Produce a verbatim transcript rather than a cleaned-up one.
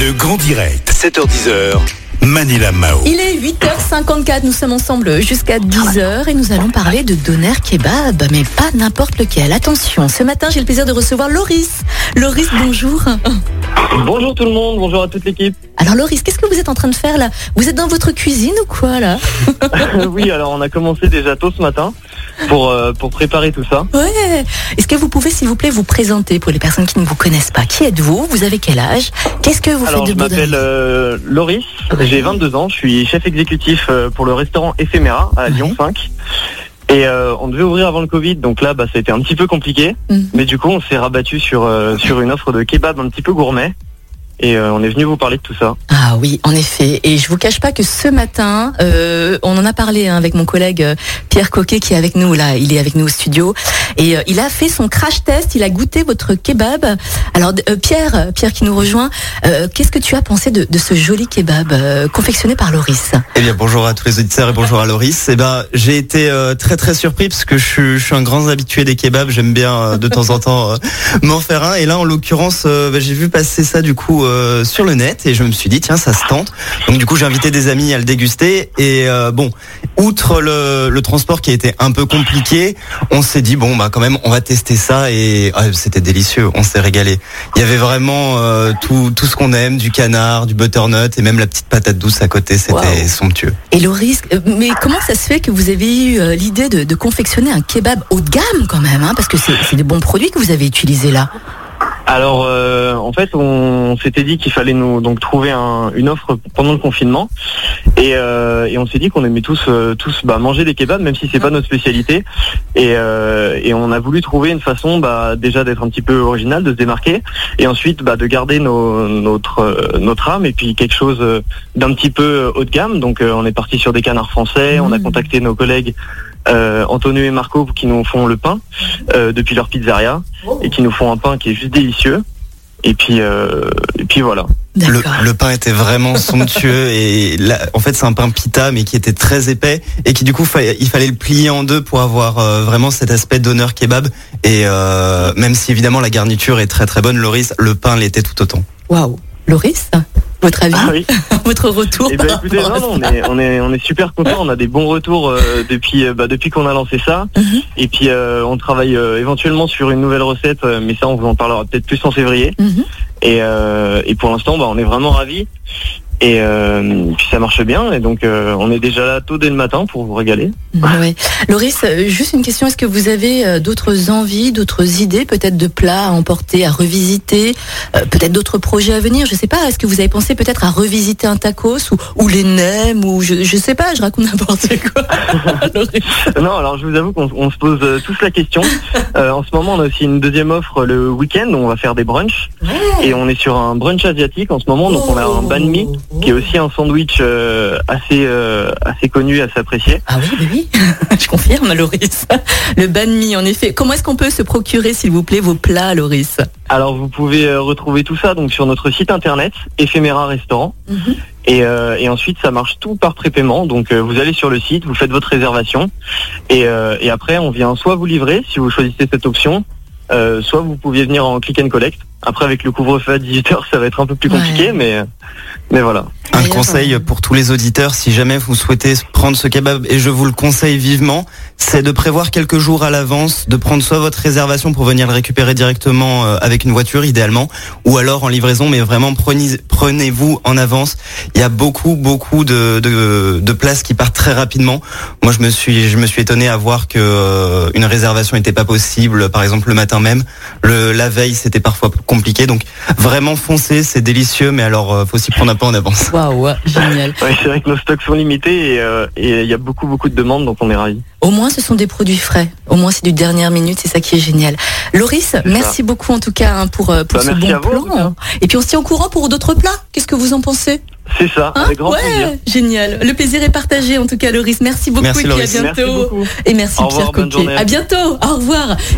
Le Grand Direct, sept heures dix, Manila Mao. Il est huit heures cinquante-quatre, nous sommes ensemble jusqu'à dix heures et nous allons parler de doner kebab, mais pas n'importe lequel. Attention, ce matin j'ai le plaisir de recevoir Loris. Loris, bonjour. Bonjour tout le monde, bonjour à toute l'équipe. Alors Loris, qu'est-ce que vous êtes en train de faire là? Vous êtes dans votre cuisine ou quoi là? Oui, alors on a commencé déjà tôt ce matin pour, euh, pour préparer tout ça. Ouais. Est-ce que vous pouvez s'il vous plaît vous présenter pour les personnes qui ne vous connaissent pas? Qui êtes-vous? Vous avez quel âge? Qu'est-ce que vous alors, faites de beau? Je m'appelle euh, Loris, j'ai vingt-deux ans, je suis chef exécutif euh, pour le restaurant Ephéméra à Lyon ouais. cinq. Et euh, on devait ouvrir avant le Covid, donc là bah, ça a été un petit peu compliqué. Mm. Mais du coup on s'est rabattu sur, euh, sur une offre de kebab un petit peu gourmet. Et euh, on est venu vous parler de tout ça. Ah oui, en effet. Et je vous cache pas que ce matin, euh, on en a parlé hein, avec mon collègue euh, Pierre Coquet qui est avec nous là. Il est avec nous au studio et euh, il a fait son crash test. Il a goûté votre kebab. Alors euh, Pierre, Pierre qui nous rejoint. Euh, qu'est-ce que tu as pensé de, de ce joli kebab euh, confectionné par Loris? Eh bien, bonjour à tous les auditeurs et bonjour à Loris. Eh ben, j'ai été euh, très très surpris parce que je suis, je suis un grand habitué des kebabs. J'aime bien euh, de temps en temps euh, m'en faire un. Et là, en l'occurrence, euh, bah, j'ai vu passer ça du coup. Euh, sur le net et je me suis dit tiens ça se tente, donc du coup j'ai invité des amis à le déguster et euh, bon, outre le, le transport qui a été un peu compliqué, on s'est dit bon bah quand même on va tester ça et ah, c'était délicieux, on s'est régalé. Il y avait vraiment euh, tout, tout ce qu'on aime, du canard, du butternut et même la petite patate douce à côté, c'était wow. somptueux. Et Loris, mais comment ça se fait que vous avez eu euh, l'idée de, de confectionner un kebab haut de gamme quand même hein, parce que c'est, c'est des bons produits que vous avez utilisés là? Alors euh, en fait on s'était dit qu'il fallait nous donc trouver un, une offre pendant le confinement et, euh, et on s'est dit qu'on aimait tous euh, tous bah, manger des kebabs même si c'est pas notre spécialité et, euh, et on a voulu trouver une façon bah, déjà d'être un petit peu original, de se démarquer et ensuite bah, de garder nos, notre euh, notre âme et puis quelque chose euh, d'un petit peu haut de gamme. Donc euh, on est parti sur des canards français, mmh. on a contacté nos collègues Euh, Antonio et Marco qui nous font le pain euh, depuis leur pizzeria et qui nous font un pain qui est juste délicieux et puis euh, et puis voilà. Le, le pain était vraiment somptueux et là, en fait c'est un pain pita mais qui était très épais et qui du coup fa- il fallait le plier en deux pour avoir euh, vraiment cet aspect doner kebab et euh, même si évidemment la garniture est très très bonne, Loris, le pain l'était tout autant. Waouh, Loris, votre avis, ah oui. votre retour? Eh ben, écoutez, non, non, on est, on est, on est super contents. On a des bons retours euh, depuis, euh, bah, depuis qu'on a lancé ça. Mm-hmm. Et puis, euh, on travaille euh, éventuellement sur une nouvelle recette, euh, mais ça, on vous en parlera peut-être plus en février. Mm-hmm. Et, euh, et pour l'instant, bah, on est vraiment ravis. Et euh, puis ça marche bien et donc euh, on est déjà là tôt dès le matin pour vous régaler. Ouais. Loris, juste une question, est-ce que vous avez d'autres envies, d'autres idées, peut-être de plats à emporter, à revisiter, euh, peut-être d'autres projets à venir, je sais pas, est-ce que vous avez pensé peut-être à revisiter un tacos ou, ou les nems ou je, je sais pas, je raconte n'importe quoi. Non, alors je vous avoue qu'on on se pose euh, tous la question. Euh, en ce moment on a aussi une deuxième offre le week-end où on va faire des brunchs ouais. Et on est sur un brunch asiatique en ce moment, donc on a un banh mi qui est aussi un sandwich euh, assez euh, assez connu, assez apprécié. Ah oui, bah oui, je confirme, Loris. Le banh mi, en effet. Comment est-ce qu'on peut se procurer, s'il vous plaît, vos plats, Loris? Alors, vous pouvez euh, retrouver tout ça donc sur notre site internet, Ephéméra Restaurant. Mm-hmm. Et, euh, et ensuite, ça marche tout par prépaiement. Donc, euh, vous allez sur le site, vous faites votre réservation. Et, euh, et après, on vient soit vous livrer, si vous choisissez cette option, euh, soit vous pouviez venir en click and collect. Après, avec le couvre-feu à dix-huit heures, ça va être un peu plus compliqué, ouais. mais, mais voilà. Un conseil pour tous les auditeurs, si jamais vous souhaitez prendre ce kebab, et je vous le conseille vivement, c'est de prévoir quelques jours à l'avance, de prendre soit votre réservation pour venir le récupérer directement avec une voiture, idéalement, ou alors en livraison, mais vraiment prenez, prenez-vous en avance. Il y a beaucoup, beaucoup de, de, de places qui partent très rapidement. Moi, je me suis, je me suis étonné à voir que euh, une réservation n'était pas possible, par exemple le matin même. Le, la veille, c'était parfois compliqué, donc vraiment foncez, c'est délicieux, mais alors euh, faut s'y prendre un peu en avance. Waouh, génial. Ouais, c'est vrai que nos stocks sont limités et il euh, y a beaucoup beaucoup de demandes, donc on est ravis. Au moins ce sont des produits frais, au moins c'est du dernière minute, c'est ça qui est génial. Loris, c'est merci ça. beaucoup en tout cas hein, pour, pour bah, ce bon vous, plan. Et puis on se tient au courant pour d'autres plats, qu'est-ce que vous en pensez? C'est ça, hein, avec grand ouais, plaisir. Génial. Le plaisir est partagé en tout cas, Loris. Merci beaucoup merci, et puis Loris. à bientôt. Merci beaucoup. Et merci au Pierre revoir, Coquet. À bientôt. Au revoir.